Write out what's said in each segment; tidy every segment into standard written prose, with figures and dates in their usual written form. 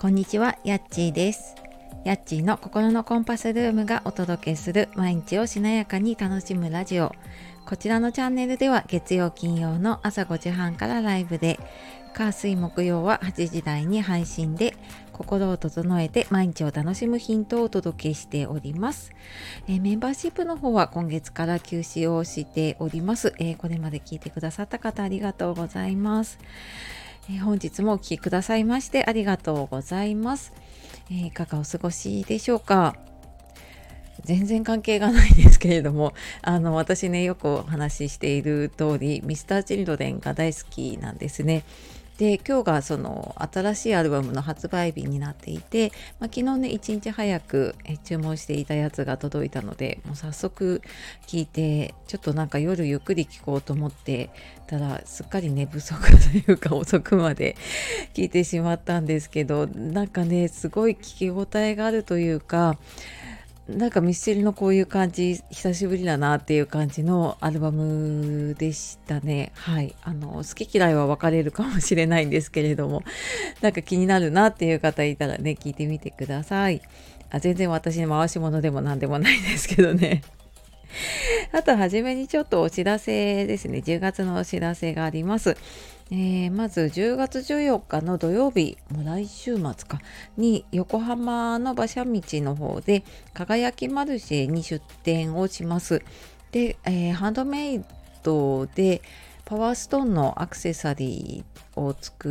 こんにちは、やっちーです。やっちーの心のコンパスルームがお届けする毎日をしなやかに楽しむラジオ。こちらのチャンネルでは月曜金曜の朝5時半からライブで、火水木曜は8時台に配信で、心を整えて毎日を楽しむヒントをお届けしております。メンバーシップの方は今月から休止をしております。これまで聞いてくださった方ありがとうございます。本日もお聞きくださいましてありがとうございます。いかがお過ごしでしょうか。全然関係がないんですけれども、私ね、よくお話ししている通り、ミスターチルドレンが大好きなんですね。で、今日がその新しいアルバムの発売日になっていて、昨日ね、1日早く注文していたやつが届いたので、もう早速聞いて、ちょっとなんか夜ゆっくり聞こうと思ってたら、すっかり寝不足というか遅くまで聞いてしまったんですけど、なんかね、すごい聞き応えがあるというか、なんかミスチルのこういう感じ久しぶりだなっていう感じのアルバムでしたね。はい、好き嫌いは分かれるかもしれないんですけれども、なんか気になるなっていう方いたらね、聞いてみてください。全然私の回し物でも何でもないですけどね。あと初めにちょっとお知らせですね。10月のお知らせがあります。まず10月14日の土曜日、もう来週末かに横浜の馬車道の方で輝きマルシェに出店をします。で、ハンドメイドでパワーストーンのアクセサリーを作って、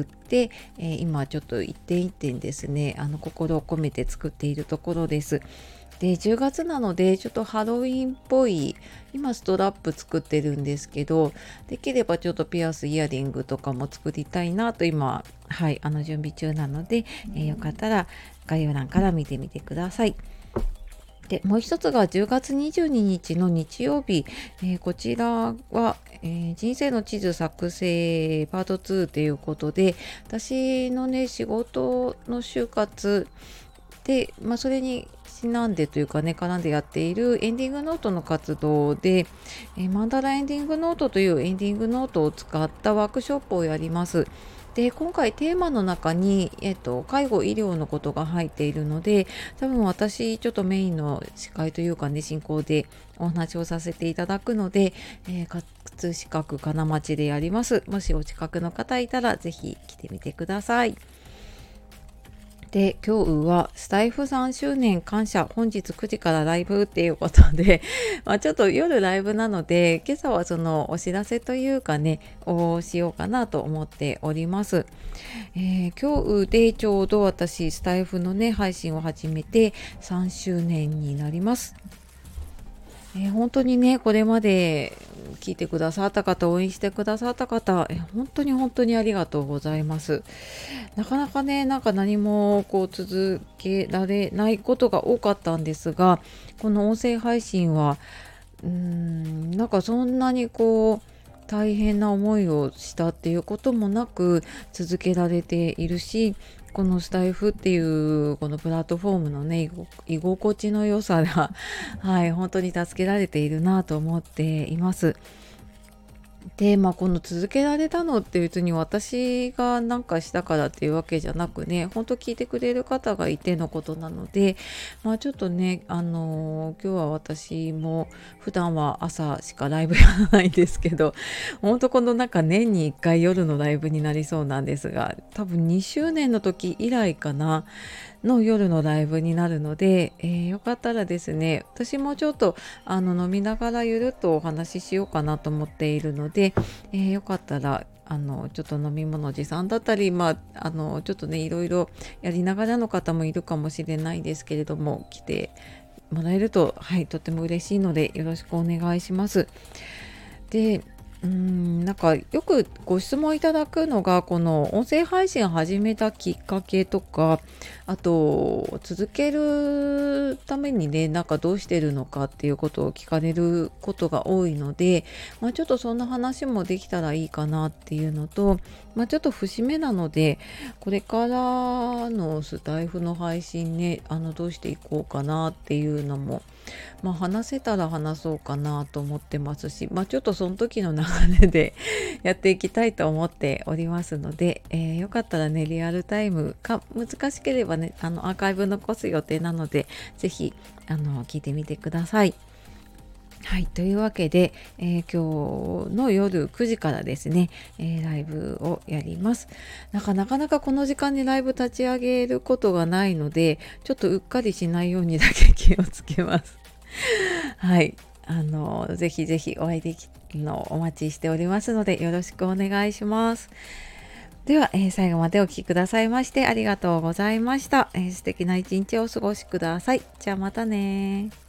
今ちょっと一点一点ですね、心を込めて作っているところです。で、10月なのでちょっとハロウィンっぽい、今ストラップ作ってるんですけど、できればちょっとピアスイヤリングとかも作りたいなと今、はい、準備中なので、よかったら概要欄から見てみてください。で、もう一つが10月22日の日曜日、こちらは、人生の地図作成パート2ということで、私のね、仕事の就活で、それにちなんでというかね、絡んでやっているエンディングノートの活動で、マンダラエンディングノートというエンディングノートを使ったワークショップをやります。で、今回テーマの中に、介護医療のことが入っているので、多分私ちょっとメインの司会というかね、進行でお話をさせていただくので、葛飾区金町でやります。もしお近くの方いたらぜひ来てみてください。で、今日はスタイフ3周年感謝、本日9時からライブっていうことでちょっと夜ライブなので、今朝はそのお知らせというかね、をしようかなと思っております。今日でちょうど私スタイフのね、配信を始めて3周年になります。本当にね、これまで聞いてくださった方、応援してくださった方、本当に本当にありがとうございます。なかなかね、なんか何もこう続けられないことが多かったんですが、この音声配信は、なんかそんなにこう、大変な思いをしたっていうこともなく続けられているし、このスタイフっていうこのプラットフォームのね、居心地の良さがはい、本当に助けられているなと思っています。で、この続けられたのって別に私がなんかしたからっていうわけじゃなくね、ほんと聞いてくれる方がいてのことなので、ちょっとね、今日は私も普段は朝しかライブやらないんですけど、ほんとこのなんか年に1回夜のライブになりそうなんですが、多分2周年の時以来かな、の夜のライブになるので、よかったらですね、私もちょっと飲みながらゆるっとお話ししようかなと思っているので、よかったらちょっと飲み物持参だったり、ちょっとねいろいろやりながらの方もいるかもしれないですけれども、来てもらえると、はい、とっても嬉しいのでよろしくお願いします。で、なんかよくご質問いただくのが、この音声配信始めたきっかけとか、あと続けるためにね、なんかどうしてるのかっていうことを聞かれることが多いので、ちょっとそんな話もできたらいいかなっていうのと、ちょっと節目なので、これからのスタイフの配信ね、どうしていこうかなっていうのも話せたら話そうかなと思ってますし、ちょっとその時の流流れでやっていきたいと思っておりますので、よかったらねリアルタイムか難しければねアーカイブ残す予定なのでぜひ聞いてみてください。はい、というわけで、今日の夜9時からですね、ライブをやります。なかなかこの時間にライブ立ち上げることがないので、ちょっとうっかりしないようにだけ気をつけます。はい、ぜひぜひお会いできるのをお待ちしておりますので、よろしくお願いします。では、最後までお聞きくださいましてありがとうございました。素敵な一日をお過ごしください。じゃあまたね。